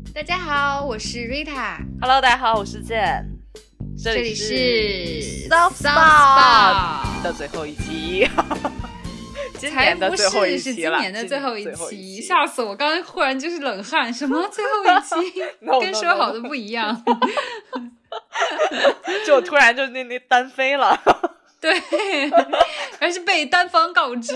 大家好，我是 Rita。 Hello， 大家好，我是健。这里是 Soft Spot 的最后一期，今年的最后一期了， 是今年的最后一期，吓死我！刚刚忽然就是冷汗，什么最后一期跟说好的不一样， 就突然就那单飞了， 对，还是被单方告知。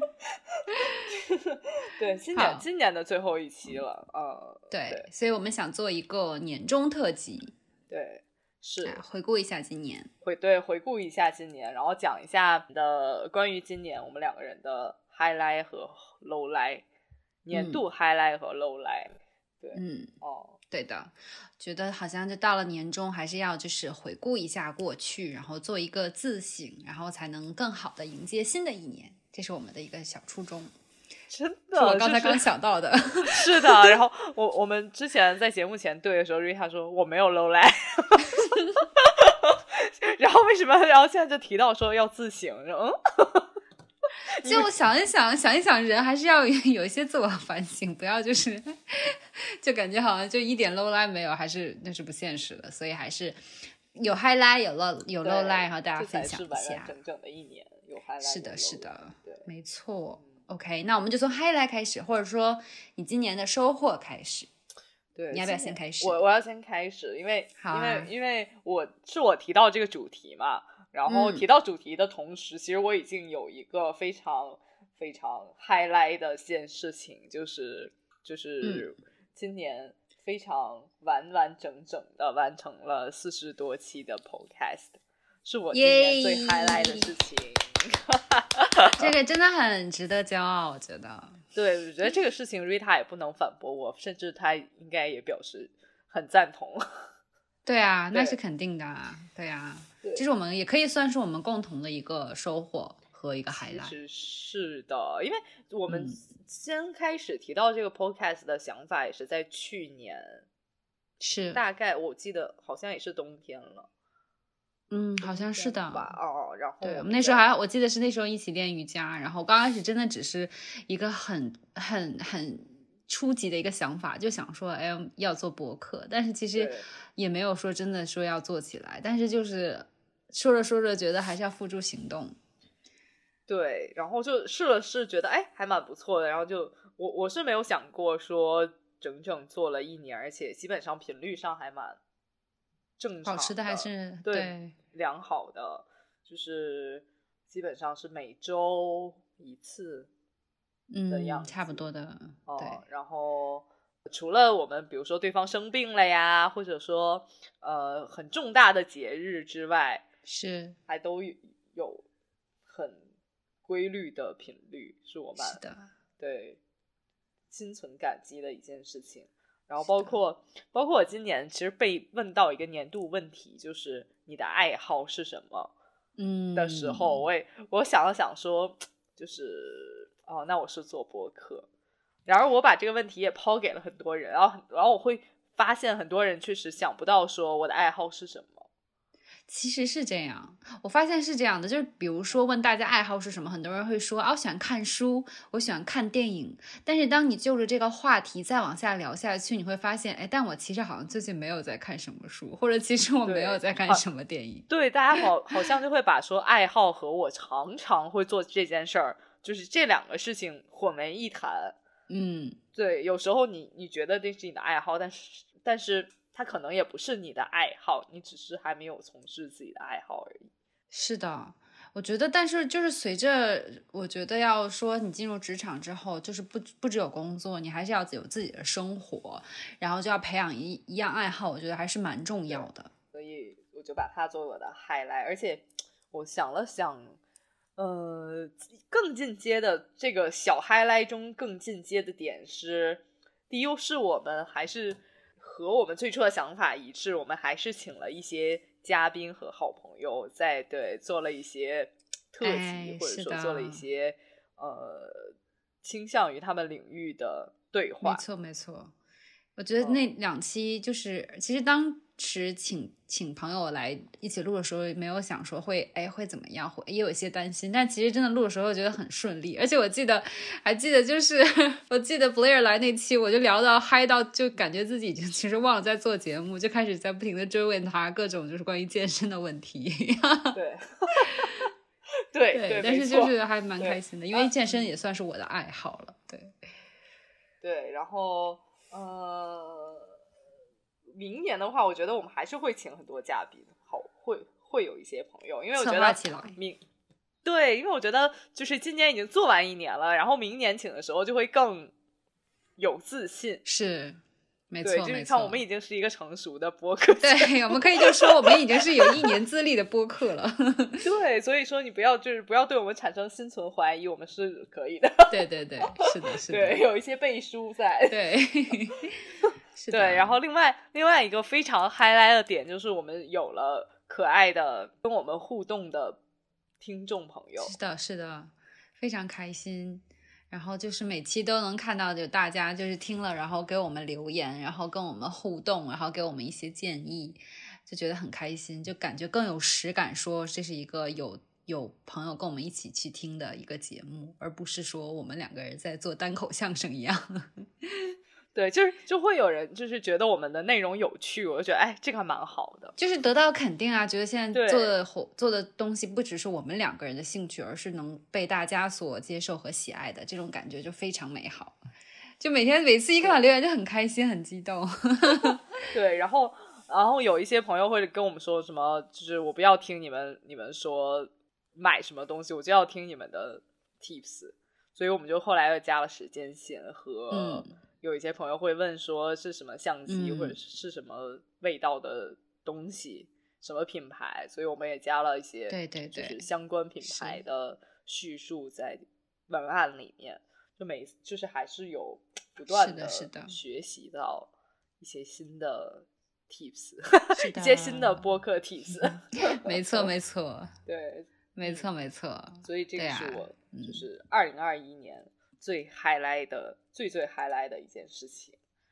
对，今年的最后一期了， 对，所以我们想做一个年终特辑， 对，是回顾一下今年， 回顾一下今年，然后讲一下关于今年我们两个人的 highlight 和 lowlight， 年度 highlight 和 lowlight， 对， 对的，觉得好像就到了年终，还是要就是回顾一下过去，然后做一个自省，然后才能更好的迎接新的一年，这是我们的一个小初衷。 真的， 是我刚才刚想到的。 是的，然后我们之前在节目前对的时候，Rita 说我没有 low light， 然后为什么？然后现在就提到说要自省， 就想一想，人还是要有一些自我反省，不要就是就感觉好像就一点 low light 没有，那是不现实的，所以还是有 highlight 有 low light 和大家分享一下。 这才是完完整整的一年，有 highlight， 是的， 对， 没错。OK， 那我们就从 highlight 开始，或者说你今年的收获开始。 对， 你要不要先开始？ 我要先开始，因为我提到这个主题嘛，然后提到主题的同时，其实我已经有一个非常非常 highlight 的件事情，就是今年非常完完整整的完成了40多期的 podcast， 是我今年最 highlight 的事情。 这个真的很值得骄傲，我觉得。 对，我觉得这个事情 Rita 也不能反驳我，甚至她应该也表示很赞同。 对啊，那是肯定的啊。对啊，其实我们也可以算是我们共同的一个收获和一个 highlight。 其实是的，因为我们先开始提到这个 podcast 的想法也是在去年， 是大概我记得好像也是冬天了。 好像是的吧。然后对，我们那时候我记得是那时候一起练瑜伽，然后刚开始真的只是一个很初级的一个想法，就想说要做博客，但是其实也没有说真的说要做起来，但是就是说着说着觉得还是要付诸行动。 对，然后就试了试，觉得还蛮不错的，然后就我是没有想过说整整做了1年，而且基本上频率上还蛮正常的， 保持的还是对良好的，就是基本上是每周1次的样子， 差不多的。对， 然后除了我们比如说对方生病了呀，或者说很重大的节日之外， 是还都有很规律的频率，是我们对心存感激的一件事情。然后包括我今年其实被问到一个年度问题，就是你的爱好是什么的时候，我想了想说，就是那我是做播客。然而我把这个问题也抛给了很多人，然后我会发现很多人确实想不到说我的爱好是什么。 其实是这样，我发现是这样的，就是比如说问大家爱好是什么，很多人会说我喜欢看书，我喜欢看电影，但是当你就着这个话题再往下聊下去，你会发现但我其实好像最近没有在看什么书，或者其实我没有在看什么电影。 对，大家好像就会把说爱好和我常常会做这件事儿，就是这两个事情混为一谈。对，有时候你觉得这是你的爱好，但是它可能也不是你的爱好，你只是还没有从事自己的爱好而已。 是的，我觉得，但是就是随着我觉得要说你进入职场之后，就是不只有工作，你还是要有自己的生活，然后就要培养一样爱好，我觉得还是蛮重要的。 所以我就把它作为我的 highlight， 而且我想了想，更进阶的这个小 highlight 中更进阶的点是，第一是我们还是和我们最初的想法一致，我们还是请了一些嘉宾和好朋友做了一些特辑，或者说做了一些倾向于他们领域的对话。 没错，我觉得那2期就是其实当时请朋友来一起录的时候，没有想说会怎么样，也有一些担心，但其实真的录的时候觉得很顺利。而且还记得就是我记得 Blair 来那期，我就聊到嗨到，就感觉自己已经其实忘了在做节目，就开始在不停的追问他各种就是关于健身的问题。 对， 但是就是还蛮开心的，因为健身也算是我的爱好了。 对，然后明年的话，我觉得我们还是会请很多嘉宾，会有一些朋友，因为我觉得对，因为我觉得就是今年已经做完1年了，然后明年请的时候就会更有自信。 是。没错， 对，就是像我们已经是一个成熟的播客， 对，我们可以就说我们已经是有1年资历的播客了。 对，所以说你不要对我们产生心存怀疑，我们是可以的。 对，是的， 对，有一些背书在。 对，是的。 对，然后另外一个非常 highlight 的点就是我们有了可爱的跟我们互动的听众朋友。 是的，非常开心。然后就是每期都能看到就大家就是听了然后给我们留言，然后跟我们互动，然后给我们一些建议，就觉得很开心，就感觉更有实感，说这是一个有朋友跟我们一起去听的一个节目，而不是说我们2个人在做单口相声一样。 对，就会有人就是觉得我们的内容有趣，我就觉得这个还蛮好的， 就是得到肯定啊，觉得现在做的东西不只是我们2个人的兴趣，而是能被大家所接受和喜爱的，这种感觉就非常美好。就每次一看到留言就很开心很激动。 对，然后有一些朋友会跟我们说什么，就是我不要听你们说买什么东西，我就要听你们的 tips， 所以我们就后来又加了时间线和有一些朋友会问说是什么相机或者是什么味道的东西，什么品牌，所以我们也加了一些就是相关品牌的叙述在文案里面，就是还是有不断的学习到一些新的 tips， 一些新的播客 tips。 没错对， 没错所以这个是我就是2021年最 highlight 的最 highlight 的一件事情。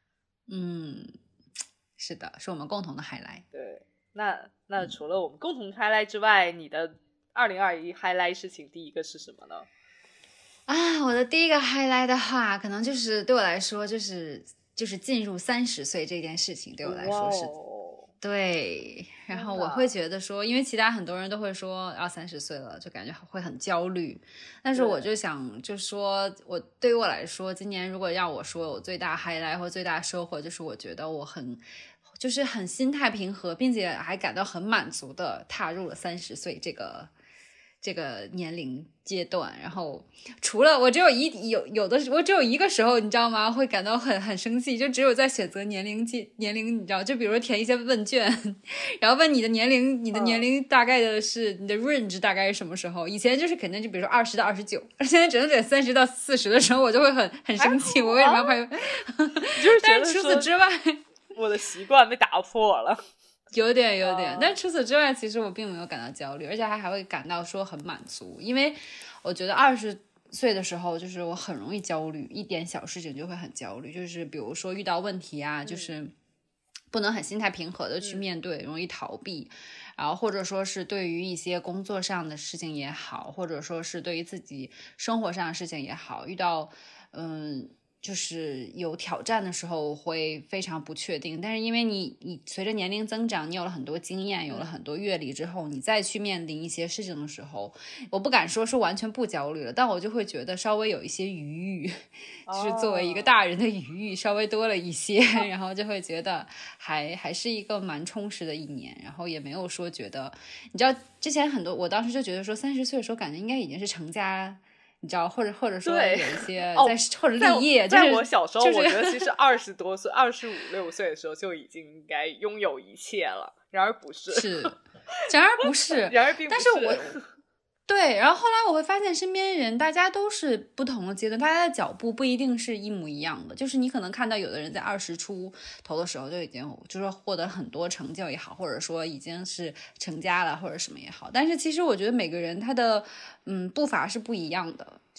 是的，是我们共同的 highlight。 对，那除了我们共同 highlight 之外，你的2021 highlight 事情第一个是什么呢？ 我的第一个 highlight 的话，可能就是对我来说就是进入30岁这件事情，对我来说是对。然后我会觉得说，因为其他很多人都会说要30岁了就感觉会很焦虑，但是我就想就说对于我来说，今年如果让我说我最大 highlight 或最大收获，就是我觉得我很心态平和，并且还感到很满足的踏入了30岁这个年龄阶段。然后除了我只有我只有一个时候你知道吗，会感到很生气，就只有在选择年龄你知道，就比如说填一些问卷然后问你的年龄大概的是你的 range 大概是什么时候，以前就是肯定就比如说20到29，现在只能选30到40的时候，我就会很生气，我为什么要排就是但是除此之外我的习惯被打破了。 有点，但除此之外其实我并没有感到焦虑，而且还会感到说很满足。因为我觉得20岁的时候就是我很容易焦虑，一点小事情就会很焦虑，就是比如说遇到问题啊，就是不能很心态平和的去面对，容易逃避，然后或者说是对于一些工作上的事情也好，或者说是对于自己生活上的事情也好，遇到就是有挑战的时候我会非常不确定，但是因为你随着年龄增长，你有了很多经验，有了很多阅历之后，你再去面临一些事情的时候，我不敢说是完全不焦虑了，但我就会觉得稍微有一些余裕，就是作为一个大人的余裕稍微多了一些，然后就会觉得还是一个蛮充实的一年，然后也没有说觉得，你知道之前很多我当时就觉得说30岁的时候感觉应该已经是成家，你知道，或者说有一些或者立业， 在我小时候，我觉得其实20多岁、25、26岁的时候就已经应该拥有一切了。然而不是， 然而不是， 然而并不是。 但是对，然后后来我会发现身边人大家都是不同的阶段，大家的脚步不一定是一模一样的。就是你可能看到有的人在20出头的时候就已经就是获得很多成就也好，或者说已经是成家了或者什么也好，但是其实我觉得每个人他的步伐是不一样的，就是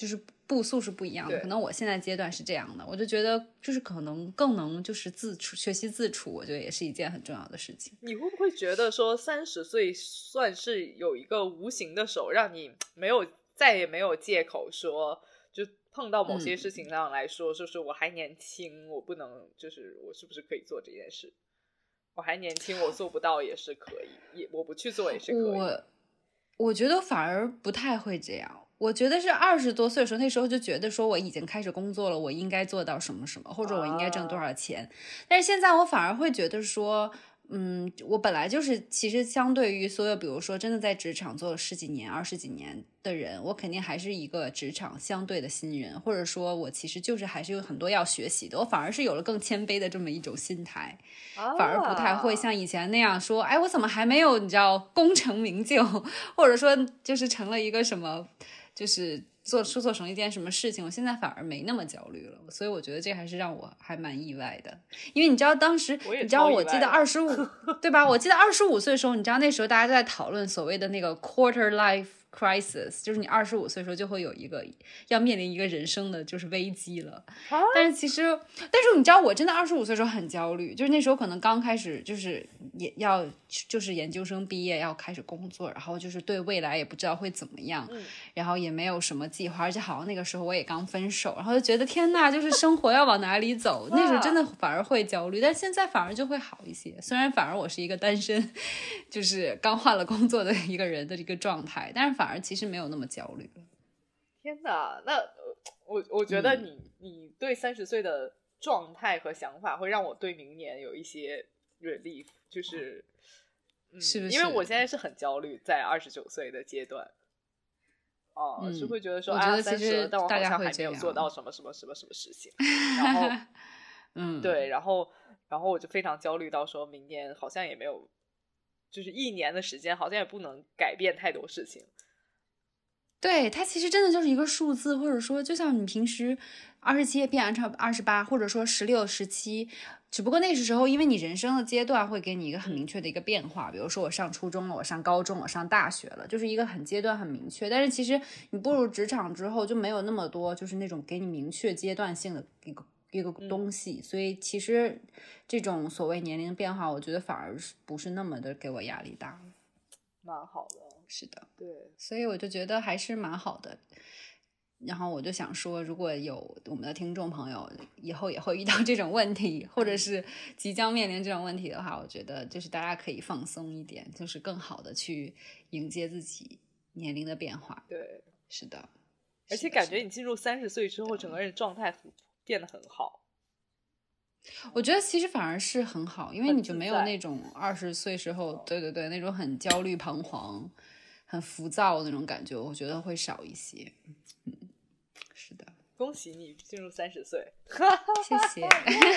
步速是不一样的，可能我现在阶段是这样的，我就觉得就是可能更能就是学习自处，我觉得也是一件很重要的事情。 你会不会觉得说30岁算是有一个无形的手，让你再也没有借口说就碰到某些事情上来说，就是我还年轻，我不能，就是我是不是可以做这件事？我还年轻，我做不到也是可以，我不去做也是可以。 我觉得反而不太会这样。我觉得是20多岁的时候，那时候就觉得说我已经开始工作了，我应该做到什么什么，或者我应该挣多少钱。但是现在我反而会觉得说，我本来就是其实相对于所有比如说真的在职场做了10几年、20几年的人，我肯定还是一个职场相对的新人，或者说我其实就是还是有很多要学习的。我反而是有了更谦卑的这么一种心态，反而不太会像以前那样说，哎，我怎么还没有你知道功成名就，或者说就是成了一个什么，就是做成一件什么事情，我现在反而没那么焦虑了。所以我觉得这还是让我还蛮意外的。因为你知道当时你知道我记得25对吧，我记得25岁的时候，你知道那时候大家都在讨论所谓的那个 quarter life crisis， 就是你25岁的时候就会有一个要面临一个人生的就是危机了。但是你知道我真的25岁的时候很焦虑，就是那时候可能刚开始就是也要就是研究生毕业要开始工作，然后就是对未来也不知道会怎么样，然后也没有什么计划，而且好像那个时候我也刚分手，然后就觉得天哪，就是生活要往哪里走，那时候真的反而会焦虑，但现在反而就会好一些。虽然反而我是一个单身，就是刚换了工作的一个人的一个状态，但是反而其实没有那么焦虑了。 天哪，那我觉得你对30岁的状态和想法会让我对明年有一些 relief， 就是是不是？ 因为我现在是很焦虑，在29岁的阶段，是会觉得说30了，但我好像还没有做到什么什么什么什么事情，然后对，然后我就非常焦虑到说明年好像也没有，就是1年的时间，好像也不能改变太多事情。 对，它其实真的就是一个数字，或者说就像你平时27变28，或者说16、17，只不过那时候因为你人生的阶段会给你一个很明确的一个变化，比如说我上初中了，我上高中，我上大学了，就是一个很阶段很明确。但是其实你步入职场之后就没有那么多就是那种给你明确阶段性的一个东西，所以其实这种所谓年龄变化，我觉得反而不是那么的给我压力大了， 蛮好的。 是的， 对， 所以我就觉得还是蛮好的。然后我就想说，如果有我们的听众朋友以后也会遇到这种问题，或者是即将面临这种问题的话，我觉得就是大家可以放松一点，就是更好的去迎接自己年龄的变化。 对， 是的， 而且感觉你进入30岁之后，整个人状态变得很好。 我觉得其实反而是很好，因为你就没有那种20岁时候，对那种很焦虑彷徨、很浮躁的那种感觉，我觉得会少一些。是的， 恭喜你进入30岁， 谢谢。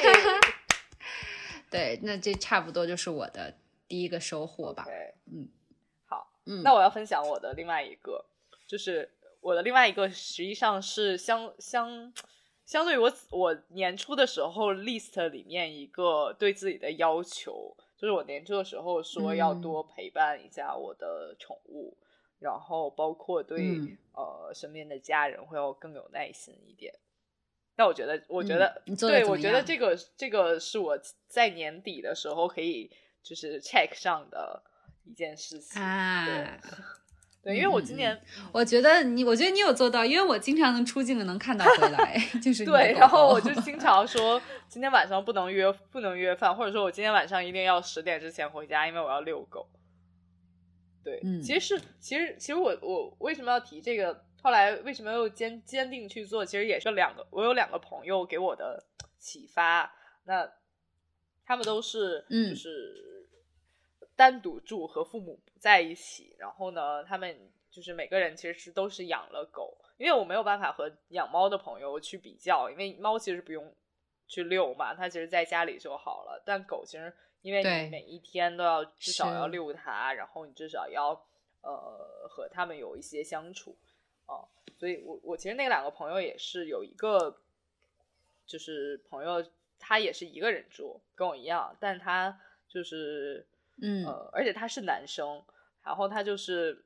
对，那这差不多就是我的第一个收获吧。 好，那我要分享我的另外一个，就是我的另外一个实际上是相对于我年初的时候 list 里面一个对自己的要求，就是我年初的时候说要多陪伴一下我的宠物，然后包括对身边的家人会要更有耐心一点。那我觉得对，我觉得这个是我在年底的时候可以就是 check 上的一件事情啊。对，因为我今年我觉得你有做到，因为我经常能出镜能看到回来，就是对，然后我就经常说今天晚上不能约饭，或者说我今天晚上一定要10点之前回家，因为我要遛狗。对，其实我为什么要提这个，后来为什么又坚定去做，其实也是我有2个朋友给我的启发，那他们都是就是单独住，和父母不在一起，然后呢他们就是每个人其实都是养了狗，因为我没有办法和养猫的朋友去比较，因为猫其实不用去遛嘛，它其实在家里就好了，但狗其实因为你每一天都要至少要遛它，然后你至少要和他们有一些相处所以我其实那2个朋友也是有一个就是朋友，他也是一个人住，跟我一样，但他就是而且他是男生，然后他就是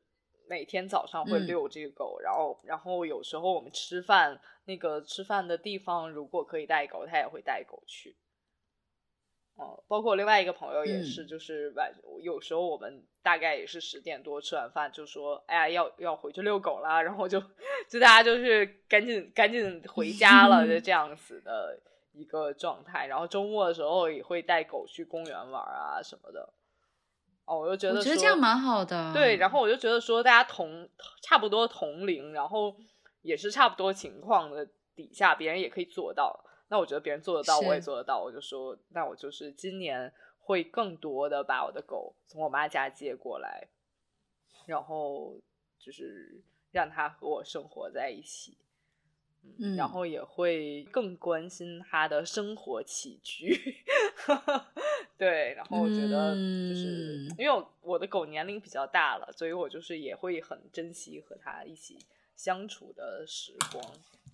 每天早上会遛这个狗，然后有时候我们吃饭的地方如果可以带狗，他也会带狗去。包括另外一个朋友也是，就是有时候我们大概也是10点多吃完饭就说哎呀要回去遛狗了，然后就大家就是赶紧回家了就这样子的一个状态。然后周末的时候也会带狗去公园玩啊什么的。我就觉得这样蛮好的。 对，然后我就觉得说大家差不多同龄，然后也是差不多情况的底下，别人也可以做到，那我觉得别人做得到我也做得到，我就说那我就是今年会更多的把我的狗从我妈家接过来，然后就是让它和我生活在一起。然后也会更关心他的生活起居对，然后我觉得就是因为我的狗年龄比较大了，所以我就是也会很珍惜和他一起相处的时光。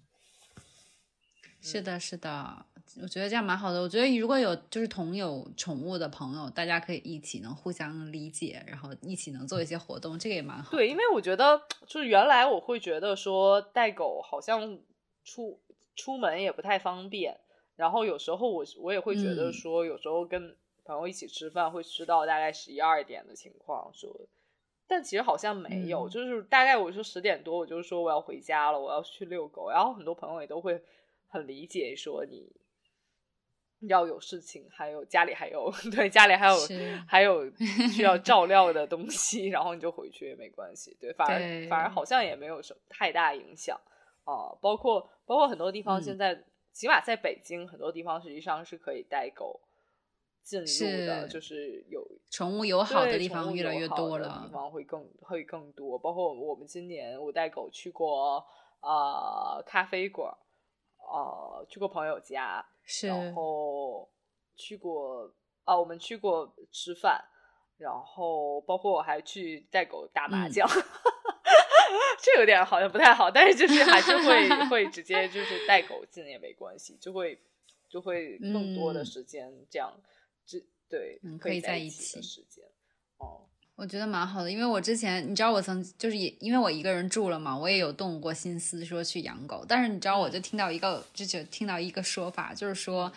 是的是的，我觉得这样蛮好的。我觉得如果有就是同有宠物的朋友，大家可以一起能互相理解，然后一起能做一些活动，这个也蛮好的。 对，因为我觉得就是原来我会觉得说带狗好像出门也不太方便，然后有时候我也会觉得说有时候跟朋友一起吃饭会吃到大概11、12点的情况说，但其实好像没有，就是大概我说10点多我就说我要回家了，我要去遛狗，然后很多朋友也都会很理解说你要有事情，还有家里还有对家里还有需要照料的东西然后你就回去也没关系。对，反而好像也没有什么太大影响包括很多地方现在起码在北京很多地方实际上是可以带狗进入的，就是有宠物友好的地方越来越多了， 地方会更多。包括我们今年我带狗去过咖啡馆去过朋友家，然后去过我们去过吃饭，然后包括我还去带狗打麻将这有点好像不太好，但是就是还是会直接就是带狗进也没关系，就会更多的时间这样对可以在一起的时间我觉得蛮好的。因为我之前你知道我就是因为我一个人住了嘛，我也有动过心思说去养狗，但是你知道我就听到一个说法，就是说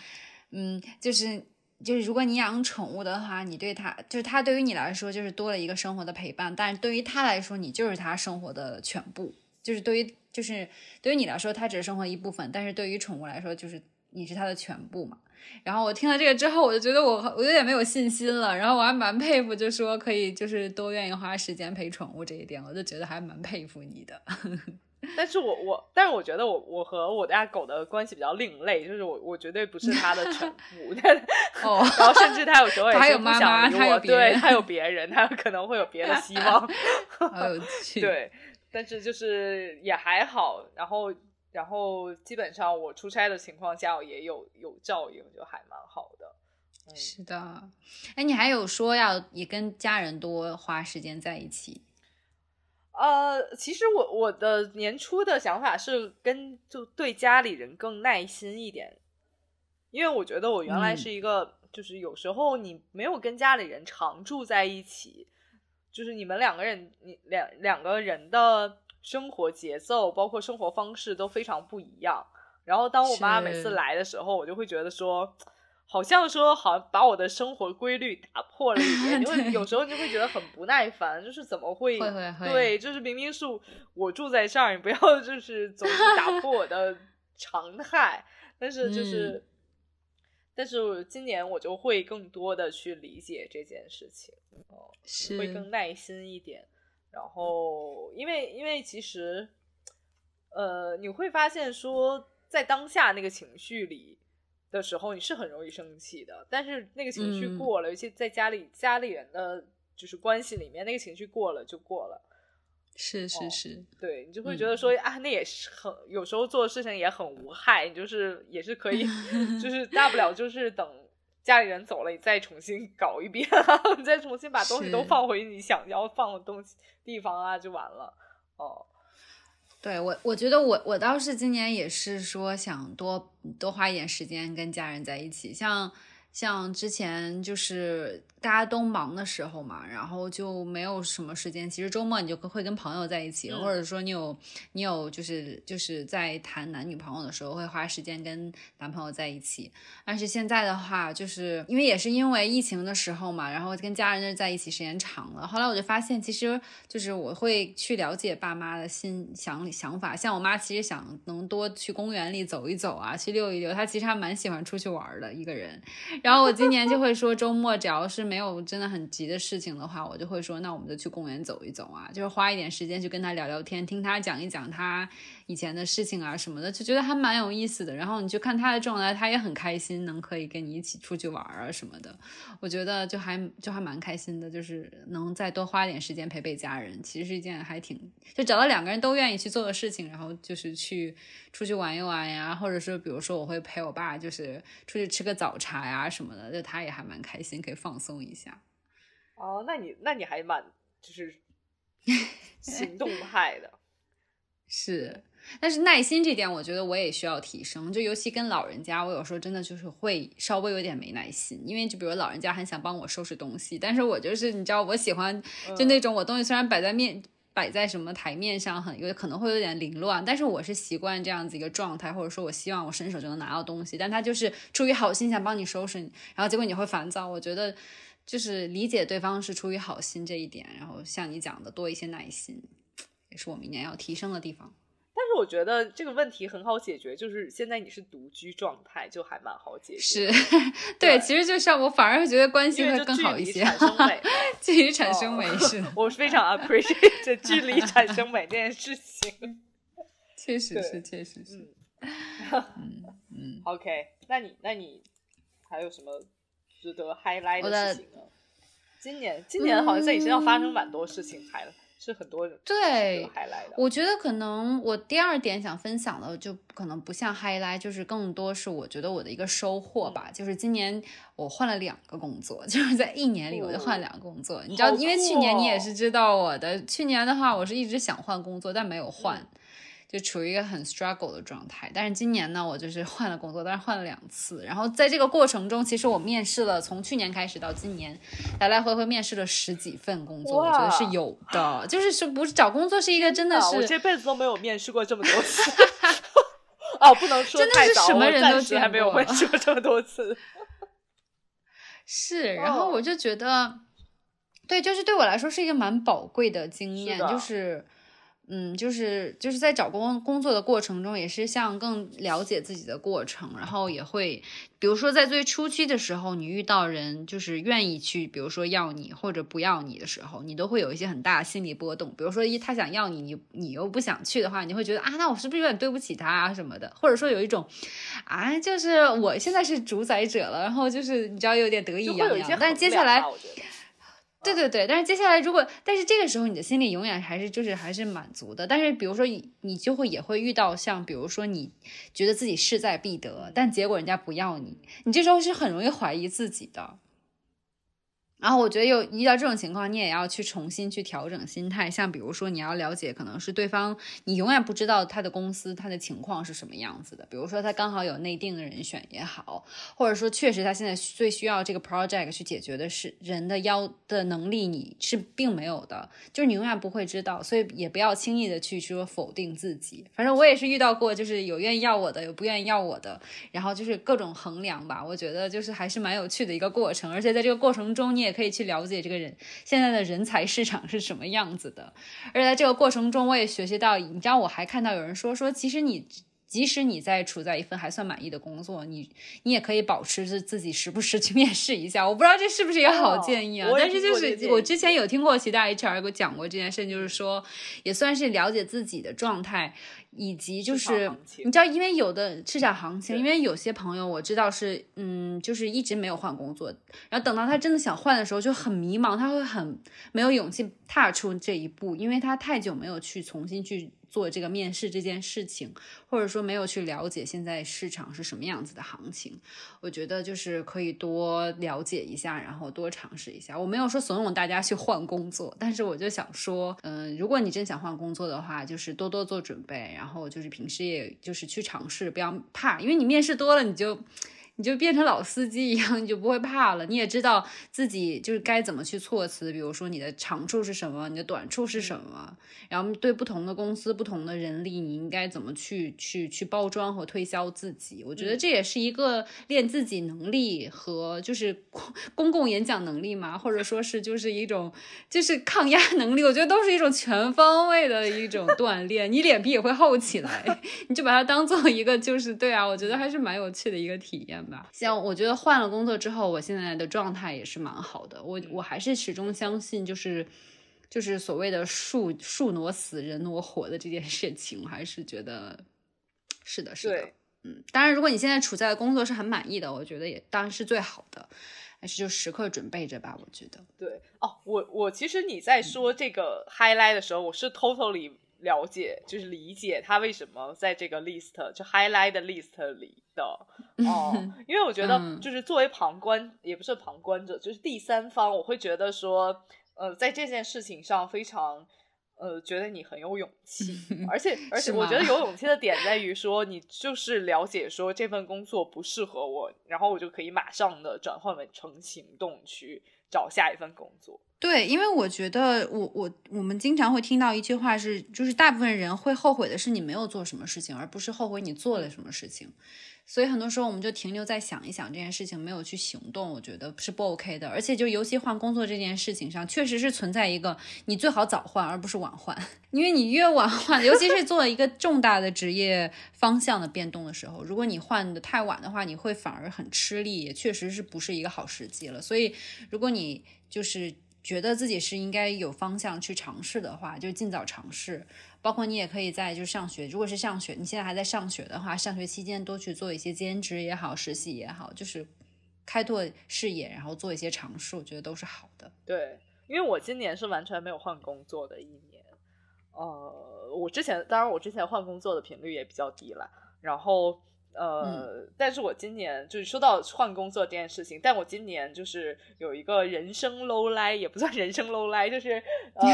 就是如果你养宠物的话，你对它就是它对于你来说就是多了一个生活的陪伴，但是对于它来说你就是它生活的全部，就是对于你来说它只是生活一部分，但是对于宠物来说就是你是它的全部嘛。然后我听了这个之后我就觉得我有点没有信心了，然后我还蛮佩服就说可以就是多愿意花时间陪宠物这一点，我就觉得还蛮佩服你的但是我觉得我和我家狗的关系比较另类，就是我绝对不是它的全部然后甚至它有时候也是不想理我，对，它有别人，它可能会有别的希望好有趣对，但是就是也还好，然后基本上我出差的情况下我也有照应，就还蛮好的是的。你还有说也跟家人多花时间在一起？ 其实我的年初的想法是就对家里人更耐心一点，因为我觉得我原来是一个就是有时候你没有跟家里人常住在一起，就是你们两个人的生活节奏包括生活方式都非常不一样，然后当我妈每次来的时候我就会觉得说好像把我的生活规律打破了一点，因为有时候你就会觉得很不耐烦，就是怎么会对，就是明明是我住在这儿，你不要就是总是打破我的常态但是就是但是今年我就会更多的去理解这件事情会更耐心一点。然后因为其实你会发现说在当下那个情绪里的时候你是很容易生气的，但是那个情绪过了尤其在家里人的就是关系里面，那个情绪过了就过了， 是对，你就会觉得说那也是有时候做的事情也很无害，你就是也是可以就是大不了就是等家里人走了你再重新搞一遍你再重新把东西都放回你想要放的地方就完了对，我觉得我倒是今年也是说想多花一点时间跟家人在一起，像像之前就是大家都忙的时候嘛，然后就没有什么时间。其实周末你就会跟朋友在一起，或者说你有就是在谈男女朋友的时候会花时间跟男朋友在一起。但是现在的话，就是因为疫情的时候嘛，然后跟家人在一起时间长了，后来我就发现，其实就是我会去了解爸妈的想法。像我妈其实想能多去公园里走一走啊，去溜一溜，她其实还蛮喜欢出去玩的一个人。然后我今年就会说，周末只要是没有真的很急的事情的话，我就会说，那我们就去公园走一走啊，就是花一点时间去跟他聊聊天，听他讲一讲他以前的事情啊什么的，就觉得还蛮有意思的。然后你就看他的状态，他也很开心，能可以跟你一起出去玩啊什么的，我觉得就还蛮开心的，就是能再多花点时间陪家人，其实是一件就找到两个人都愿意去做的事情，然后就是出去玩一玩呀，或者是比如说我会陪我爸就是出去吃个早茶呀什么的，就他也还蛮开心，可以放松一下。 哦，那你还蛮就是行动派的。 是，但是耐心这点我觉得我也需要提升，就尤其跟老人家，我有时候真的就是会稍微有点没耐心，因为就比如老人家很想帮我收拾东西，但是我就是你知道我喜欢就那种我东西虽然摆在什么台面上可能会有点凌乱，但是我是习惯这样子一个状态，或者说我希望我伸手就能拿到东西，但他就是出于好心想帮你收拾，然后结果你会烦躁。我觉得就是理解对方是出于好心这一点，然后像你讲的多一些耐心，也是我明年要提升的地方。 但是我觉得这个问题很好解决，就是现在你是独居状态，就还蛮好解决。 是，对，其实就是我反而会觉得关系会更好一些。距离产生美是我非常 appreciate 距离产生美这件事情。 确实是，确实是。 OK， 那你还有什么值得 highlight 的事情呢？今年好像在你身上发生蛮多事情，是很多人对 highlight 的。 我觉得可能我第二点想分享的就可能不像 highlight， 就是更多是我觉得我的一个收获吧。就是今年我换了2个工作，就是在1年里我就换了2个工作。你知道，因为去年你也是知道我的，去年的话我是一直想换工作，但没有换。就处于一个很 struggle 的状态，但是今年呢，我就是换了工作，但是换了2次。然后在这个过程中，其实我面试了，从去年开始到今年，来来回回面试了10几份工作，我觉得是有的。就是不是找工作是一个真的是， 我这辈子都没有面试过这么多次。哦，不能说太早，真的是什么人都还没有面试过这么多次。 是，然后我就觉得，对，就是对我来说是一个蛮宝贵的经验，就是在找工作的过程中，也是像更了解自己的过程，然后也会，比如说在最初期的时候，你遇到人就是愿意去，比如说要你或者不要你的时候，你都会有一些很大的心理波动。比如说他想要你，你又不想去的话，你会觉得啊，那我是不是有点对不起他啊什么的，或者说有一种啊，就是我现在是主宰者了，然后就是你知道有点得意洋洋，但是接下来。对，但是接下来但是这个时候你的心里永远还是满足的。但是比如说你就也会遇到像比如说你觉得自己势在必得，但结果人家不要你，你这时候是很容易怀疑自己的。然后我觉得遇到这种情况，你也要去重新去调整心态。像比如说你要了解，可能是对方你永远不知道他的公司他的情况是什么样子的。比如说他刚好有内定的人选也好，或者说确实他现在最需要这个 project 去解决的是人的能力你是并没有的，就是你永远不会知道，所以也不要轻易的去说否定自己。反正我也是遇到过，就是有愿意要我的，有不愿意要我的，然后就是各种衡量吧。我觉得就是还是蛮有趣的一个过程，而且在这个过程中你也可以去了解这个现在的人才市场是什么样子的。而且在这个过程中我也学习到，你知道我还看到有人说其实即使你处在一份还算满意的工作，你也可以保持着自己时不时去面试一下。我不知道这是不是一个好建议啊？但是就是我之前有听过其他 HR 给我讲过这件事，就是说也算是了解自己的状态，以及就是你知道，因为有的市场行情，因为有些朋友我知道是就是一直没有换工作，然后等到他真的想换的时候就很迷茫，他会很没有勇气踏出这一步，因为他太久没有去重新去做这个面试这件事情，或者说没有去了解现在市场是什么样子的行情。我觉得就是可以多了解一下，然后多尝试一下。我没有说怂恿大家去换工作，但是我就想说如果你真想换工作的话，就是多多做准备，然后就是平时也就是去尝试，不要怕，因为你面试多了你就变成老司机一样，你就不会怕了。你也知道自己就是该怎么去措辞，比如说你的长处是什么，你的短处是什么，然后对不同的公司、不同的人力，你应该怎么去包装和推销自己。我觉得这也是一个练自己能力和就是公共演讲能力嘛，或者说是就是一种就是抗压能力，我觉得都是一种全方位的一种锻炼。你脸皮也会厚起来，你就把它当做一个就是对啊，我觉得还是蛮有趣的一个体验吧。像我觉得换了工作之后，我现在的状态也是蛮好的。我还是始终相信就是所谓的树挪死人挪活的这件事情，我还是觉得是的。当然如果你现在处在的工作是很满意的，我觉得也当然是最好的，但是就时刻准备着吧，我觉得。 对哦，我其实你在说这个 highlight 的时候，我是 totally 了解，就是理解他为什么在这个 list 就 highlight 的 list 里的因为我觉得就是作为旁观也不是旁观者，就是第三方，我会觉得说在这件事情上非常觉得你很有勇气而且我觉得有勇气的点在于说你就是了解说这份工作不适合我，然后我就可以马上的转换成行动去找下一份工作。 对，因为我觉得我们经常会听到一句话是，就是大部分人会后悔的是你没有做什么事情，而不是后悔你做了什么事情。所以很多时候我们就停留在想一想这件事情，没有去行动，我觉得是不 OK 的。而且就尤其换工作这件事情上，确实是存在一个你最好早换而不是晚换，因为你越晚换，尤其是做一个重大的职业方向的变动的时候，如果你换的太晚的话，你会反而很吃力，也确实是不是一个好时机了。所以如果你就是觉得自己是应该有方向去尝试的话，就尽早尝试。包括你也可以在就上学，如果是上学，你现在还在上学的话，上学期间多去做一些兼职也好，实习也好，就是开拓视野，然后做一些尝试，我觉得都是好的。 对，因为我今年是完全没有换工作的一年。我之前当然我之前换工作的频率也比较低了，然后但是我今年就是说到换工作这件事情，但我今年就是有一个人生 low light， 也不算人生 low light， 就是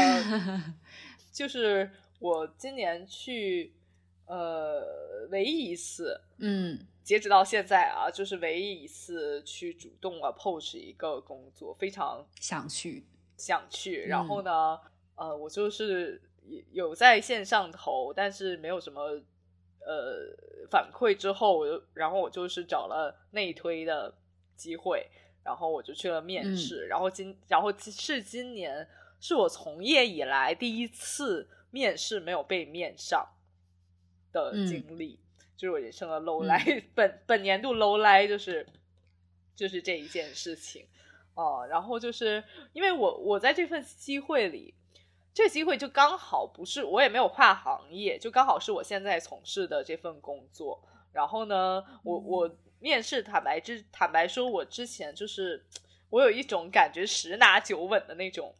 就是我今年去唯一一次截止到现在啊，就是唯一一次去主动approach 一个工作，非常想去， 然后呢我就是有在线上投，但是没有什么反馈之后，然后我就是找了内推的机会，然后我就去了面试，然后是今年是我从业以来第一次面试没有被面上的经历，就是我人生的 low light，本年度 low light 就是这一件事情然后就是因为我在这份机会里，这机会就刚好不是，我也没有跨行业，就刚好是我现在从事的这份工作。然后呢，我面试坦白说，我之前就是我有一种感觉十拿九稳的那种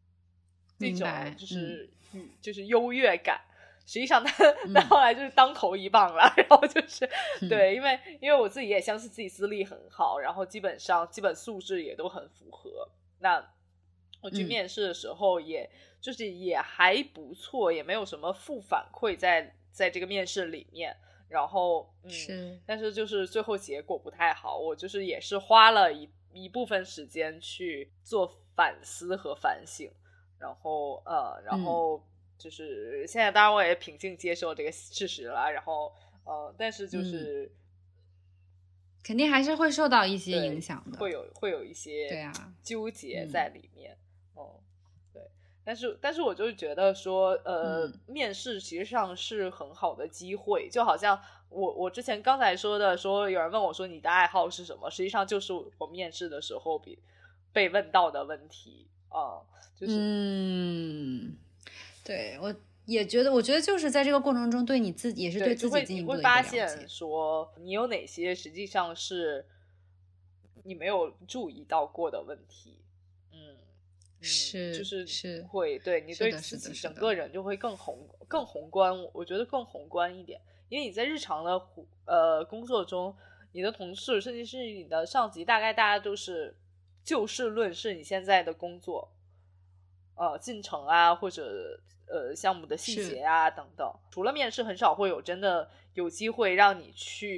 就是优越感。实际上他后来就是当头一棒了，然后就是对，因为我自己也相信自己资历很好，然后基本素质也都很符合。那我去面试的时候也还不错，也没有什么负反馈在这个面试里面。然后但是就是最后结果不太好，我就是也是花了一部分时间去做反思和反省，然后就是现在当然我也平静接受这个事实了，然后但是就是肯定还是会受到一些影响的， 会有一些纠结在里面。对，但是我就觉得说面试其实上是很好的机会，就好像我之前刚才说的，说有人问我说你的爱好是什么，实际上就是我面试的时候被问到的问题就是对，我也觉得，我觉得就是在这个过程中，对你自己也是对自己进一步的一个了解。 你会发现说你有哪些实际上是你没有注意到过的问题。就是会对你对自己整个人就会更宏观，我觉得更宏观一点。因为你在日常的工作中，你的同事甚至是你的上级，大概大家都是就事论事你现在的工作进程啊，或者项目的细节啊等等。除了面试，很少会有真的有机会让你去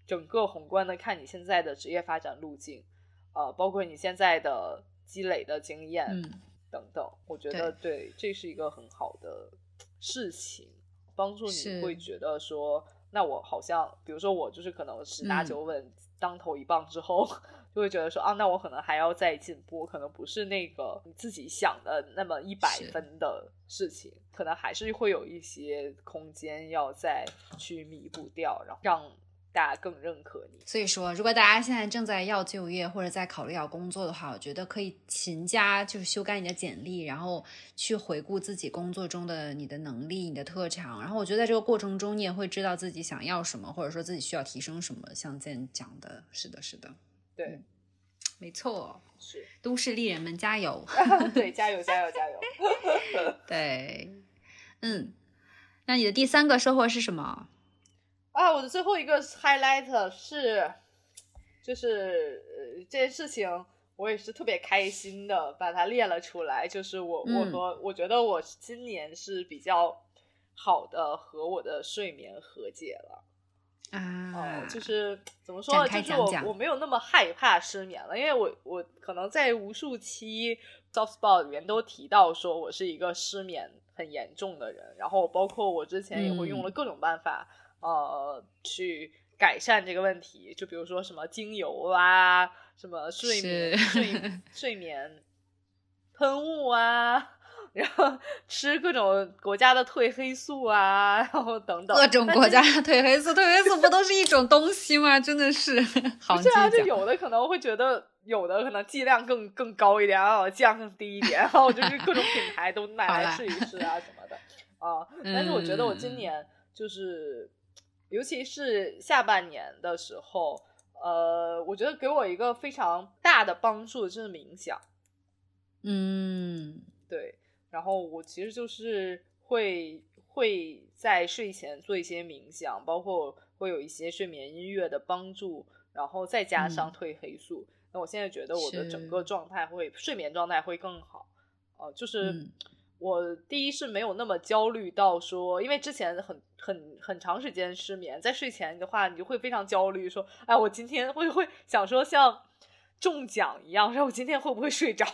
整个宏观的看你现在的职业发展路径，包括你现在的积累的经验等等，我觉得对，这是一个很好的事情，帮助你会觉得说，那我好像比如说我就是可能10拿9稳当头一棒之后就会觉得说那我可能还要再进步，可能不是那个你自己想的那么100分的事情，可能还是会有一些空间要再去弥补掉，然后让大家更认可你。 所以说如果大家现在正在要就业或者在考虑要工作的话，我觉得可以勤加就是修改你的简历，然后去回顾自己工作中的你的能力你的特长，然后我觉得在这个过程中你也会知道自己想要什么，或者说自己需要提升什么，像Zen讲的是的对没错， 是都市丽人们加油对，加油加油加油对那你的第3个收获是什么我的最后一个 highlight 是就是这件事情我也是特别开心的把它列了出来，就是我觉得我今年是比较好的和我的睡眠和解了就是怎么说呢，就是我没有那么害怕失眠了，因为我可能在无数期 softball 里面都提到说我是一个失眠很严重的人，然后包括我之前也会用了各种办法去改善这个问题，就比如说什么精油啊，什么睡眠喷雾啊，然后吃各种国家的褪黑素啊，然后等等各种国家的褪黑素不都是一种东西吗？真的是好不是啊，就有的可能会觉得有的可能剂量更高一点剂量更低一点，然后就是各种品牌都买来试一试啊什么的但是我觉得我今年就是尤其是下半年的时候我觉得给我一个非常大的帮助就是冥想对，然后我其实就是会在睡前做一些冥想，包括会有一些睡眠音乐的帮助，然后再加上褪黑素那我现在觉得我的整个状态睡眠状态会更好就是我第一是没有那么焦虑到说，因为之前很长时间失眠，在睡前的话你就会非常焦虑说我今天会想说像中奖一样，然后我今天会不会睡着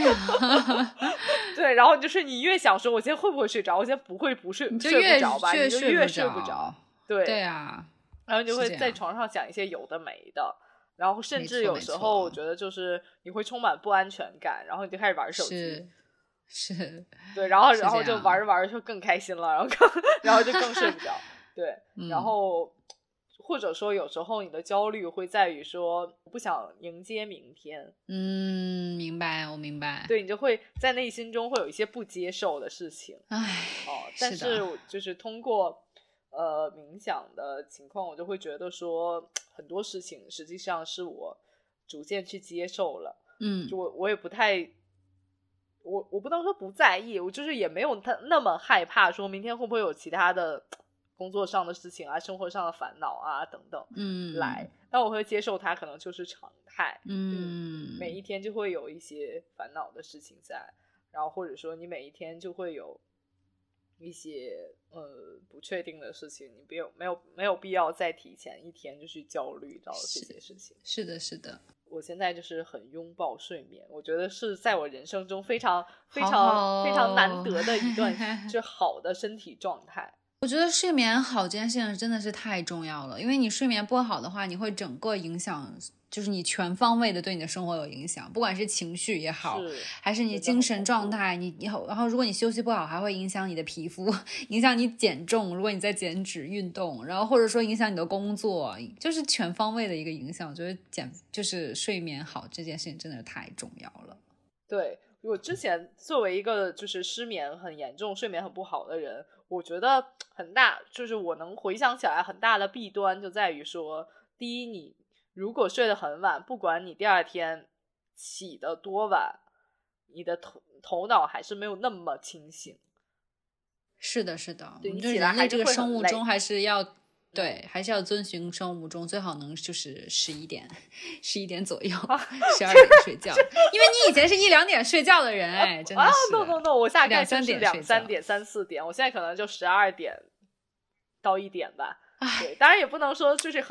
对，然后就是你越想说我今天会不会睡着，我今天不睡不着吧，你就越睡不着对啊， 然后你就会在床上想一些有的没的，然后甚至有时候我觉得就是你会充满不安全感，然后你就开始玩手机是对，然后就玩就更开心了，然后就更睡不着对然后或者说有时候你的焦虑会在于说不想迎接明天明白我明白对，你就会在内心中会有一些不接受的事情但是就是通过冥想的情况，我就会觉得说很多事情实际上是我逐渐去接受了就我也不太我不能说不在意，我就是也没有那么害怕说明天会不会有其他的工作上的事情啊生活上的烦恼啊等等来但我会接受它可能就是常态每一天就会有一些烦恼的事情在，然后或者说你每一天就会有一些不确定的事情，你没有必要再提前一天就去焦虑到这些事情是的我现在就是很拥抱睡眠，我觉得是在我人生中非常非常非常难得的一段就好的身体状态我觉得睡眠好这件事情真的是太重要了，因为你睡眠不好的话，你会整个影响，就是你全方位的对你的生活有影响，不管是情绪也好，还是你精神状态，然后如果你休息不好，还会影响你的皮肤，影响你减重，如果你在减脂运动，然后或者说影响你的工作，就是全方位的一个影响。我觉得就是睡眠好这件事情真的是太重要了。 对，我之前作为一个就是失眠很严重睡眠很不好的人，我觉得很大就是我能回想起来很大的弊端就在于说，第一你如果睡得很晚，不管你第二天起得多晚，你的头脑还是没有那么清醒。 是的对，你起来还是这个生物钟还是要对，还是要遵循生物钟，最好能就是11点左右12点睡觉因为你以前是1-2点睡觉的人真的是 no 我下概就是 2-3 点3-4点，我现在可能就12点到1点吧对，当然也不能说就是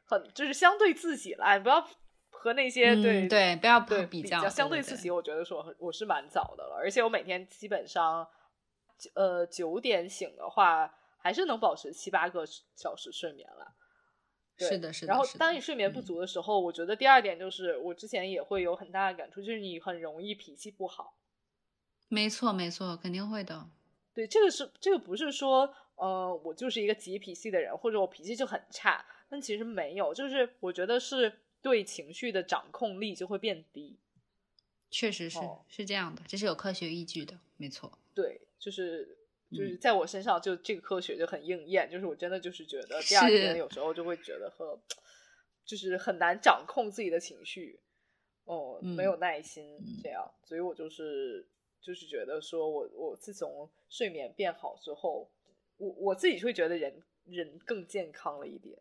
就是相对自己来，不要和那些对不要比较， 相对自己，我觉得说我是蛮早的了，而且我每天基本上9点醒的话，还是能保持7-8个小时睡眠了。 是的，是的。 然后当你睡眠不足的时候，我觉得第二点就是我之前也会有很大的感触，就是你很容易脾气不好。 没错没错，肯定会的。 对，这个不是说我就是一个急脾气的人，或者我脾气就很差，但其实没有，就是我觉得是对情绪的掌控力就会变低。 确实是这样的，这是有科学依据的，没错。 对，就是在我身上就这个科学就很应验，就是我真的就是觉得第二天有时候就会觉得就是很难掌控自己的情绪，没有耐心这样，所以我就是觉得说我自从睡眠变好之后，我自己会觉得人更健康了一点。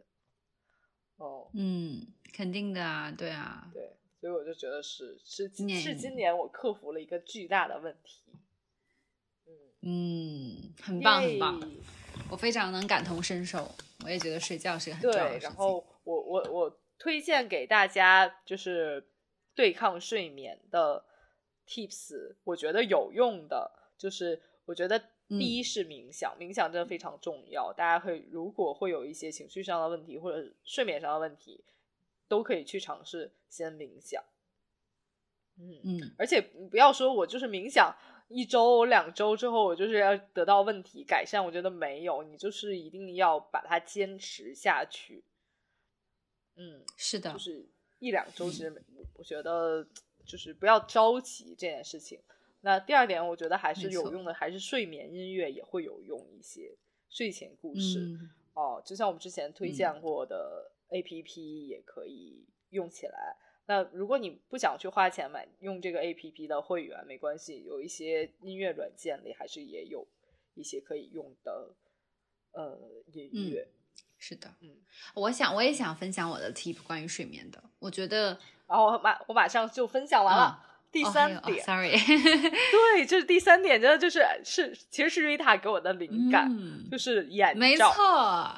肯定的啊，对啊， 对，所以我就觉得是今年我克服了一个巨大的问题。 很棒很棒，我非常能感同身受，我也觉得睡觉是很重要的事情。 对，然后我推荐给大家就是对抗睡眠的 tips， 我觉得有用的就是我觉得第一是冥想，冥想真的非常重要，大家如果会有一些情绪上的问题或者睡眠上的问题，都可以去尝试先冥想。而且不要说我就是冥想1周2周之后我就是要得到问题改善，我觉得没有，你就是一定要把它坚持下去。 是的， 就是1-2周，其实我觉得就是不要着急这件事情。那第二点我觉得还是有用的，还是睡眠音乐也会有用一些，睡前故事就像我们之前推荐过的 APP 也可以用起来。那如果你不想去花钱用这个 APP 的会员没关系，有一些音乐软件里还是也有一些可以用的音乐。 是的，我也想分享我的 tip 关于睡眠的，我觉得， 然后我马上就分享完了。第3点 ，sorry 对，就是第3点真的其实是 Rita 给我的灵感，就是眼罩。 没错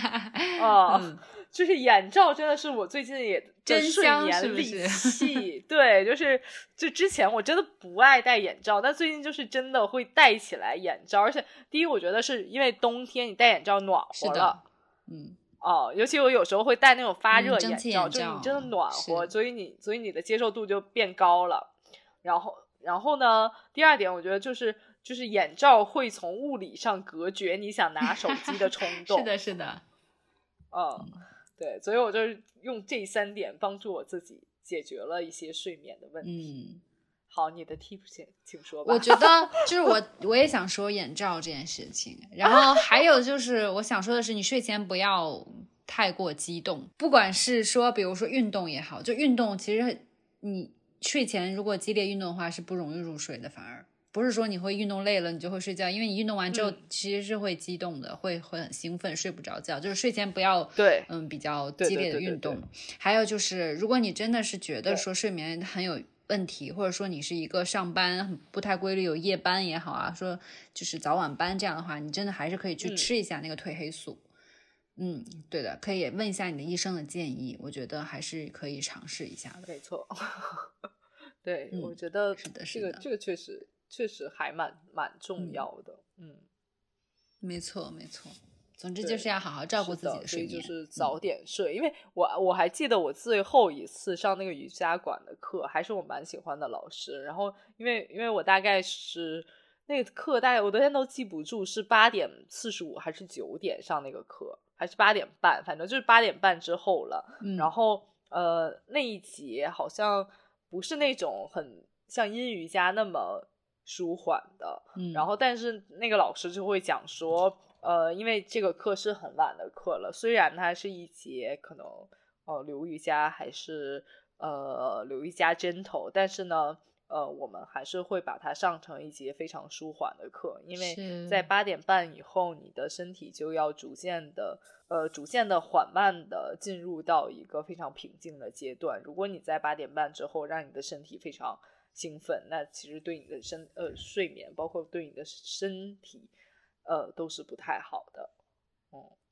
就是眼罩真的是我最近也的睡眠利器。对，就之前我真的不爱戴眼罩，但最近就是真的会戴起来眼罩，而且第一我觉得是因为冬天你戴眼罩暖和了，尤其我有时候会戴那种发热眼罩，就是你真的暖和，所以你的接受度就变高了。然后呢，第二点我觉得就是眼罩会从物理上隔绝你想拿手机的冲动。 是的对，所以我就是用这3点帮助我自己解决了一些睡眠的问题。好，你的 tip 请说吧。 我觉得就是我也想说眼罩这件事情，然后还有就是我想说的是，你睡前不要太过激动，不管是说比如说运动也好，就运动其实你睡前如果激烈运动的话是不容易入睡的，反而不是说你会运动累了你就会睡觉，因为你运动完之后其实是会激动的，会很兴奋，睡不着觉。就是睡前不要比较激烈的运动。还有就是如果你真的是觉得说睡眠很有问题，或者说你是一个上班不太规律有夜班也好啊，说就是早晚班这样的话，你真的还是可以去吃一下那个褪黑素。对的，可以问一下你的医生的建议，我觉得还是可以尝试一下的。 没错对，我觉得这个确实还蛮重要的。 没错没错，总之就是要好好照顾自己的睡眠， 所以就是早点睡。因为我还记得我最后一次上那个瑜伽馆的课，还是我蛮喜欢的老师。然后因为我大概是那个课，大概我昨天都记不住是8点45还是9点上那个课，还是8点半，反正就是8点半之后了。然后那一节好像不是那种很像阴瑜伽那么舒缓的，然后但是那个老师就会讲说因为这个课是很晚的课了，虽然它是一节可能流瑜伽还是流瑜伽 gentle， 但是呢我们还是会把它上成一节非常舒缓的课，因为在8点半以后你的身体就要逐渐的缓慢的进入到一个非常平静的阶段。如果你在8点半之后让你的身体非常兴奋，那其实对你的睡眠包括对你的身体都是不太好的。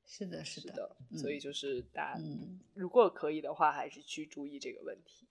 是的， 是的，所以就是大家如果可以的话，还是去注意这个问题。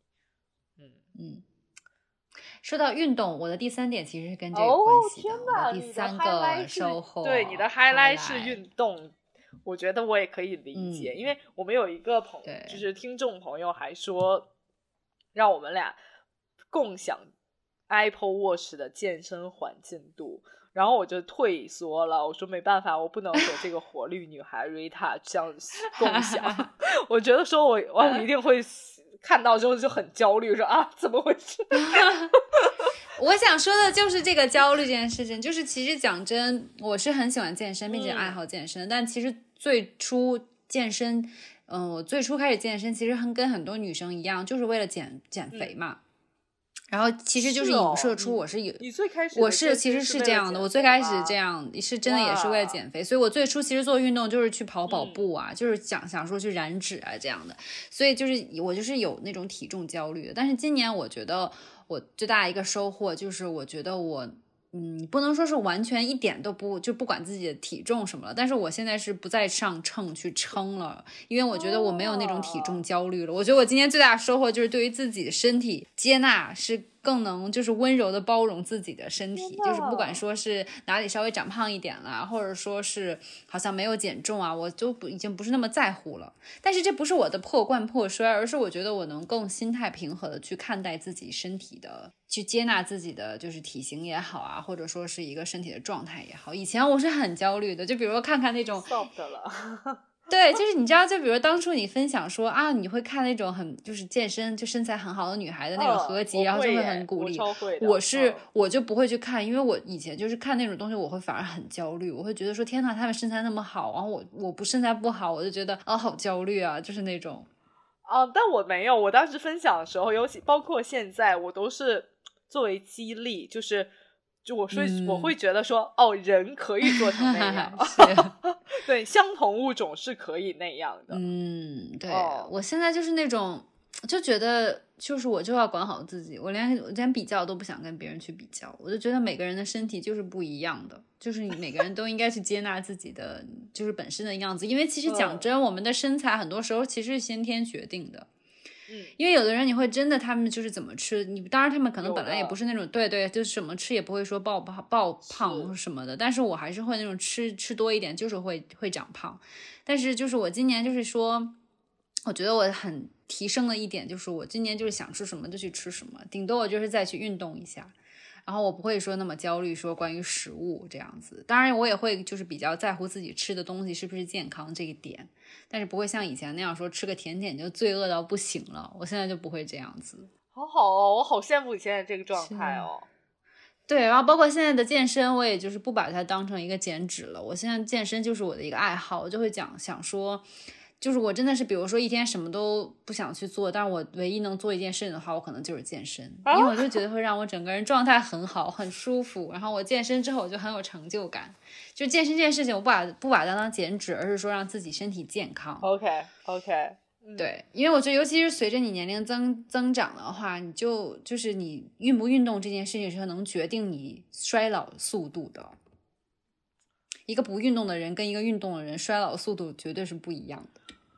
说到运动，我的第3点其实是跟这个有关系的。 天哪， 我的第3个收获， 对，你的 highlight 是运动，我觉得我也可以理解，因为我们有一个朋友，就是听众朋友还说让我们俩共享 Apple Watch 的健身环进度，然后我就退缩了，我说没办法，我不能和这个活力女孩 Rita 这样共享我觉得说我一定会看到之后就很焦虑，说啊怎么回事我想说的就是这个焦虑这件事情，就是其实讲真，我是很喜欢健身并且爱好健身，但其实最初健身我最初开始健身其实跟很多女生一样，就是为了减肥嘛。然后其实就是影射出我是有， 你最开始我是其实是这样的，我最开始这样是真的也是为了减肥，所以我最初其实做运动就是去跑步啊，就是想说去燃脂啊这样的，所以就是我就是有那种体重焦虑的。但是今年我觉得我最大一个收获就是我觉得我不能说是完全一点都不管自己的体重什么了，但是我现在是不再上秤去称了，因为我觉得我没有那种体重焦虑了。我觉得我今天最大的收获就是对于自己的身体接纳是更能就是温柔的包容自己的身体，就是不管说是哪里稍微长胖一点了，或者说是好像没有减重啊，我就已经不是那么在乎了。但是这不是我的破罐破摔，而是我觉得我能更心态平和的去看待自己身体的，去接纳自己的就是体型也好啊，或者说是一个身体的状态也好。以前我是很焦虑的，就比如说看那种 soft 了对，就是你知道，就比如当初你分享说啊，你会看那种很就是健身就身材很好的女孩的那种合集，然后就会很鼓励。我就不会去看，因为我以前就是看那种东西，我会反而很焦虑，我会觉得说天哪，他们身材那么好，然后我不身材不好，我就觉得好焦虑啊，就是那种。 但我没有，我当时分享的时候，尤其包括现在，我都是作为激励，就我会觉得说人可以做成那样对，相同物种是可以那样的对我现在就是那种就觉得就是我就要管好自己，我连比较都不想跟别人去比较，我就觉得每个人的身体就是不一样的，就是每个人都应该去接纳自己的就是本身的样子，因为其实讲真我们的身材很多时候其实是先天决定的，因为有的人你会真的他们就是怎么吃，你当然他们可能本来也不是那种对就是什么吃也不会说爆胖什么的，但是我还是会那种吃多一点就是会长胖。但是就是我今年就是说我觉得我很提升了一点，就是我今年就是想吃什么就去吃什么，顶多我就是再去运动一下，然后我不会说那么焦虑说关于食物这样子，当然我也会就是比较在乎自己吃的东西是不是健康这一点，但是不会像以前那样说吃个甜点就罪恶到不行了，我现在就不会这样子。 好好哦，我好羡慕你现在这个状态哦。 对，然后包括现在的健身，我也就是不把它当成一个减脂了，我现在健身就是我的一个爱好，我就会想说就是我真的是比如说一天什么都不想去做，但是我唯一能做一件事的话，我可能就是健身，因为我就觉得会让我整个人状态很好很舒服，然后我健身之后我就很有成就感，就健身这件事情我不把它当减脂，而是说让自己身体健康。 OK 对，因为我觉得尤其是随着你年龄增长的话，你就是你运不运动这件事情是能决定你衰老速度的，一个不运动的人跟一个运动的人衰老速度绝对是不一样的。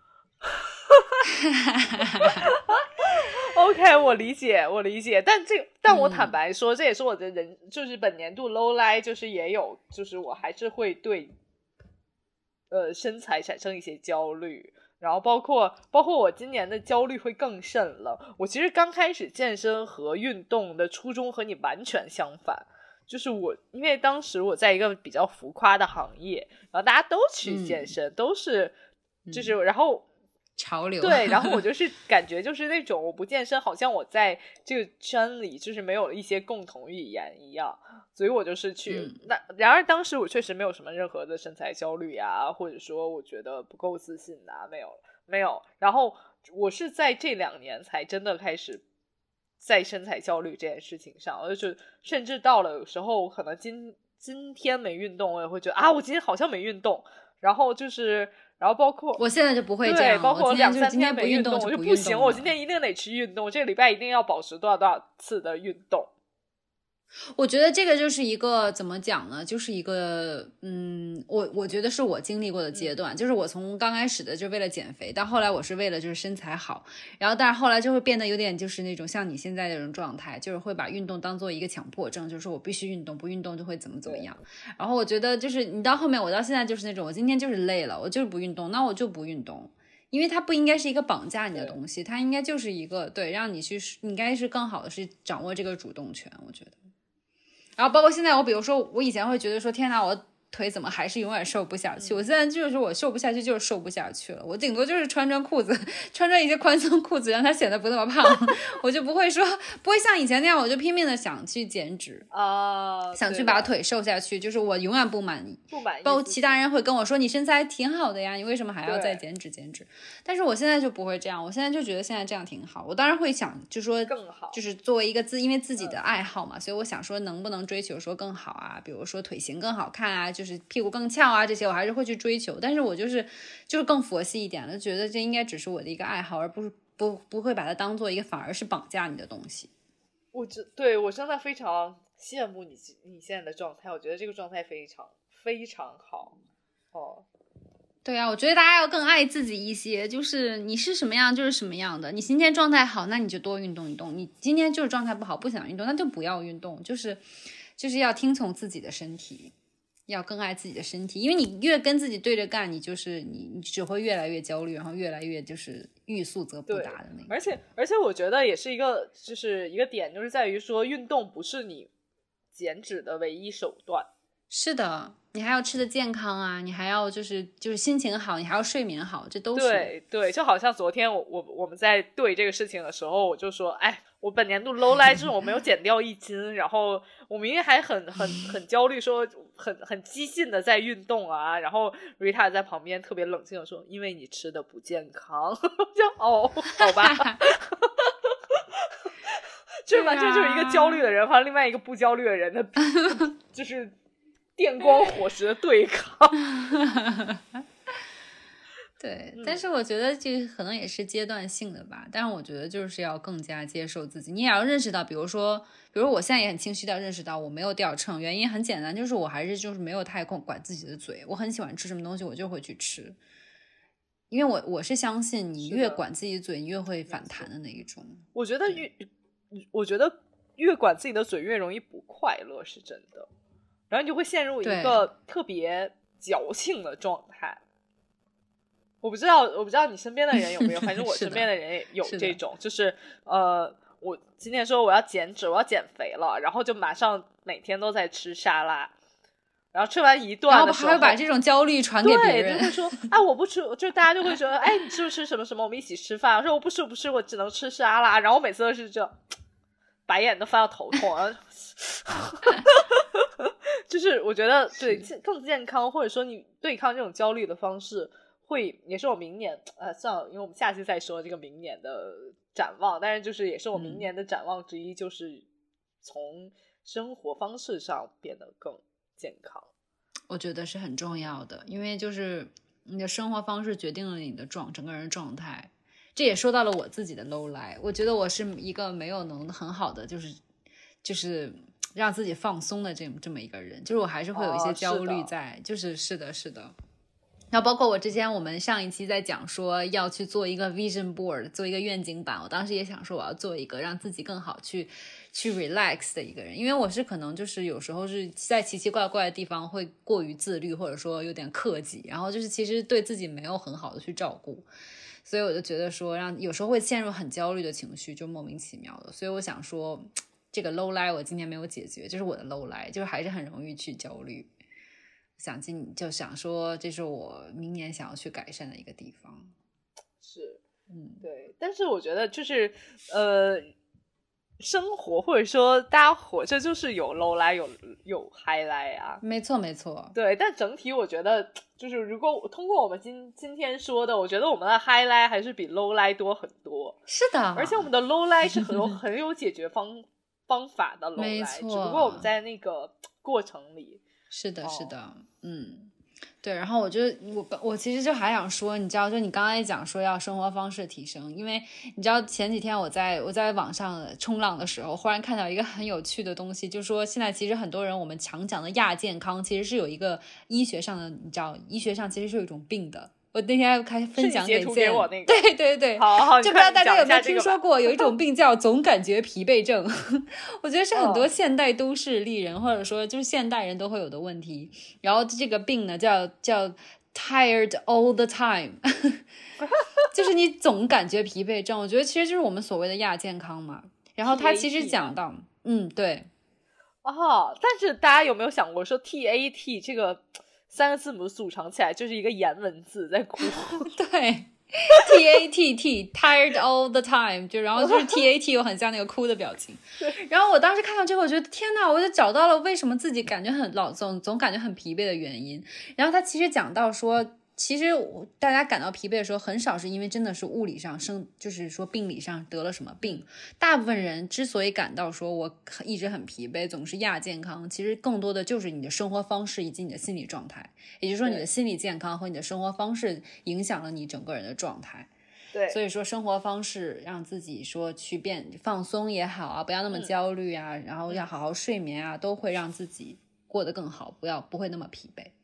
OK， 我理解，但我坦白说，这也是我的就是本年度 low light， 就是也有，就是我还是会对身材产生一些焦虑，然后包括我今年的焦虑会更甚了。我其实刚开始健身和运动的初衷和你完全相反，就是因为当时我在一个比较浮夸的行业，然后大家都去健身，都是就是然后潮流， 对，然后我就是感觉就是那种我不健身好像我在这个圈里就是没有一些共同语言一样，所以我就是去然而当时我确实没有什么任何的身材焦虑啊，或者说我觉得不够自信啊，没有，然后我是在这2年才真的开始在身材焦虑这件事情上，就是甚至到了有时候可能今天没运动，我也会觉得我今天好像没运动，然后包括我现在就不会这样， 对，包括我2-3天没运动我就不行，我今天一定得去运动，这个礼拜一定要保持多少次的运动。 我觉得这个就是一个怎么讲呢，就是一个我觉得是我经历过的阶段，就是我从刚开始的就为了减肥，到后来我是为了就是身材好，然后但是后来就会变得有点就是那种像你现在这种状态，就是会把运动当做一个强迫症，就是我必须运动，不运动就会怎么样。然后我觉得就是你到后面，我到现在就是那种我今天就是累了，我就是不运动，那我就不运动。因为它不应该是一个绑架你的东西，它应该就是一个对让你去，你应该是更好的是掌握这个主动权，我觉得。然后包括现在我比如说我以前会觉得说天哪我腿怎么还是永远瘦不下去，我现在就是说我瘦不下去就是瘦不下去了，我顶多就是穿裤子，穿一些宽松裤子让它显得不那么胖我就不会像以前那样我就拼命的想去减脂想去把腿瘦下去，就是我永远不满意包括其他人会跟我说你身材挺好的呀，你为什么还要再减脂，但是我现在就不会这样，我现在就觉得现在这样挺好，我当然会想就说更好， 就是作为一个因为自己的爱好嘛，所以我想说能不能追求说更好啊，比如说腿型更好看啊，就是屁股更翘啊，这些我还是会去追求，但是我就是更佛系一点的，觉得这应该只是我的一个爱好，而不会把它当做一个反而是绑架你的东西。 对，我真的非常羡慕你现在的状态，我觉得这个状态非常非常好对啊，我觉得大家要更爱自己一些，就是你是什么样就是什么样的，你今天状态好那你就多运动，你今天就是状态不好不想运动那就不要运动，就是要听从自己的身体，要更爱自己的身体，因为你越跟自己对着干，你只会越来越焦虑，然后越来越就是欲速则不达的那个。 而且我觉得也是一个点，就是在于说运动不是你减脂的唯一手段。 是的，你还要吃的健康啊，你还要就是心情好，你还要睡眠好，这都是对，就好像昨天我们在对这个事情的时候，我就说，哎，我本年度 low life 就是我没有减掉1斤，然后我明明还很焦虑，说很激进的在运动啊，然后 Rita 在旁边特别冷静的说，因为你吃的不健康，就好吧。就是吧，这就是一个焦虑的人和另外一个不焦虑的人的，就是电光火石的对抗。 对，但是我觉得这可能也是阶段性的吧。但是我觉得就是要更加接受自己，你也要认识到，比如我现在也很清晰的认识到我没有掉秤，原因很简单，就是我还是就是没有太管自己的嘴，我很喜欢吃什么东西我就会去吃，因为我是相信你越管自己的嘴，你越会反弹的那一种。 我觉得越管自己的嘴越容易不快乐，是真的。然后你就会陷入一个特别矫情的状态。我不知道你身边的人有没有，反正我身边的人也有这种，就是我今天说我要减脂，我要减肥了，然后就马上每天都在吃沙拉，然后吃完一段的时候， 然后还会把这种焦虑传给别人， 对，就会说，哎，我不吃，就大家就会说，哎，你吃不吃什么什么，我们一起吃饭。我说我不吃，我只能吃沙拉。然后我每次都是这白眼都翻到头痛，然后就是我觉得对更健康，或者说你对抗这种焦虑的方式，也是我明年算了，因为我们下期再说这个明年的展望，但是就是也是我明年的展望之一，就是从生活方式上变得更健康。 我觉得是很重要的，因为就是你的生活方式决定了你的整个人状态。这也说到了我自己的 low life， 我觉得我是一个没有能很好的就是让自己放松的这么一个人，就是我还是会有一些焦虑在，是的。然后包括我们上一期在讲说要去做一个 vision board， 做一个愿景板，我当时也想说我要做一个让自己更好去 relax 的一个人，因为我是可能就是有时候是在奇奇怪怪的地方会过于自律，或者说有点克己，然后就是其实对自己没有很好的去照顾，所以我就觉得说有时候会陷入很焦虑的情绪，就莫名其妙的，所以我想说这个 low life 我今天没有解决，就是我的 low life 就是还是很容易去焦虑，就想说这是我明年想要去改善的一个地方。 是对，但是我觉得就是生活或者说大家活着就是有 low life 有 high life 啊， 没错对，但整体我觉得就是如果通过我们今天说的，我觉得我们的 high life 还是比 low life 多很多。 是的， 而且我们的 low life 是很有解决方法的 low life，只不过我们在那个过程里。 是的对，然后我其实就还想说，你知道，就你刚才讲说要生活方式提升，因为你知道前几天我在网上冲浪的时候，忽然看到一个很有趣的东西，就是说现在其实很多人我们常讲的亚健康，其实是有一个医学上的，你知道，医学上其实是有一种病的。我那天开分享给我那个， 对对对， 好， 就不知道大家有没有听说过，有一种病叫总感觉疲惫症。我觉得是很多现代都市丽人，或者说就是现代人都会有的问题。然后这个病呢叫 tired all the time， 就是你总感觉疲惫症。我觉得其实就是我们所谓的亚健康嘛。然后他其实讲到，对。 但是大家有没有想过说 TAT 这个3个字母组成起来就是一个颜文字在哭？ 对。TATT tired all the time， 然后就是 TAT 又很像那个哭的表情。然后我当时看到这个，我觉得天哪，我就找到了为什么自己感觉很总感觉很疲惫的原因。然后他其实讲到说，其实大家感到疲惫的时候，很少是因为真的是物理上就是说病理上得了什么病。大部分人之所以感到说我一直很疲惫，总是亚健康，其实更多的就是你的生活方式以及你的心理状态。也就是说，你的心理健康和你的生活方式影响了你整个人的状态。 对， 所以说生活方式让自己说去放松也好啊，不要那么焦虑啊，然后要好好睡眠啊，都会让自己过得更好，不会那么疲惫。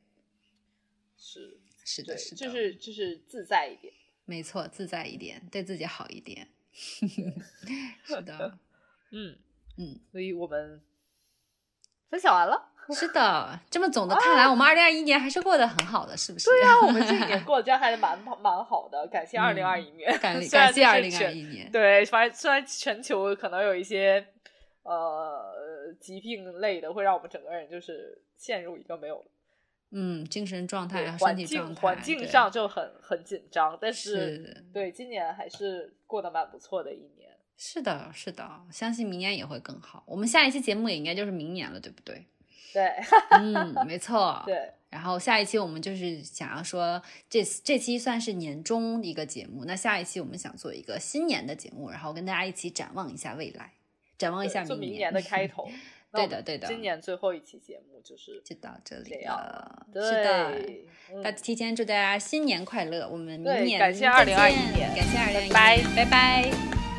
是的， 就是自在一点。 没错，自在一点，对自己好一点。是的， 所以我们分享完了。 是的，这么总的看来，我们2021年还是过得很好的，是不是？ 对啊，我们这一年过得真还蛮好的，感谢2021年， 感谢2021年。 对，反正虽然全球可能有一些疾病类的，会让我们整个人就是陷入一个没有精神状态和身体状态环境上就很紧张，但是对今年还是过得蛮不错的一年。 是的，相信明年也会更好。我们下一期节目也应该就是明年了，对不对？ 对， 没错。 对， 然后下一期我们就是想要说，这期算是年终一个节目，那下一期我们想做一个新年的节目，然后跟大家一起展望一下未来，展望一下明年的开头。 对的， 今年最后一期节目就到这里了。 是的，提前祝大家新年快乐，我们明年感谢2021年， 感谢2021年， 拜拜拜。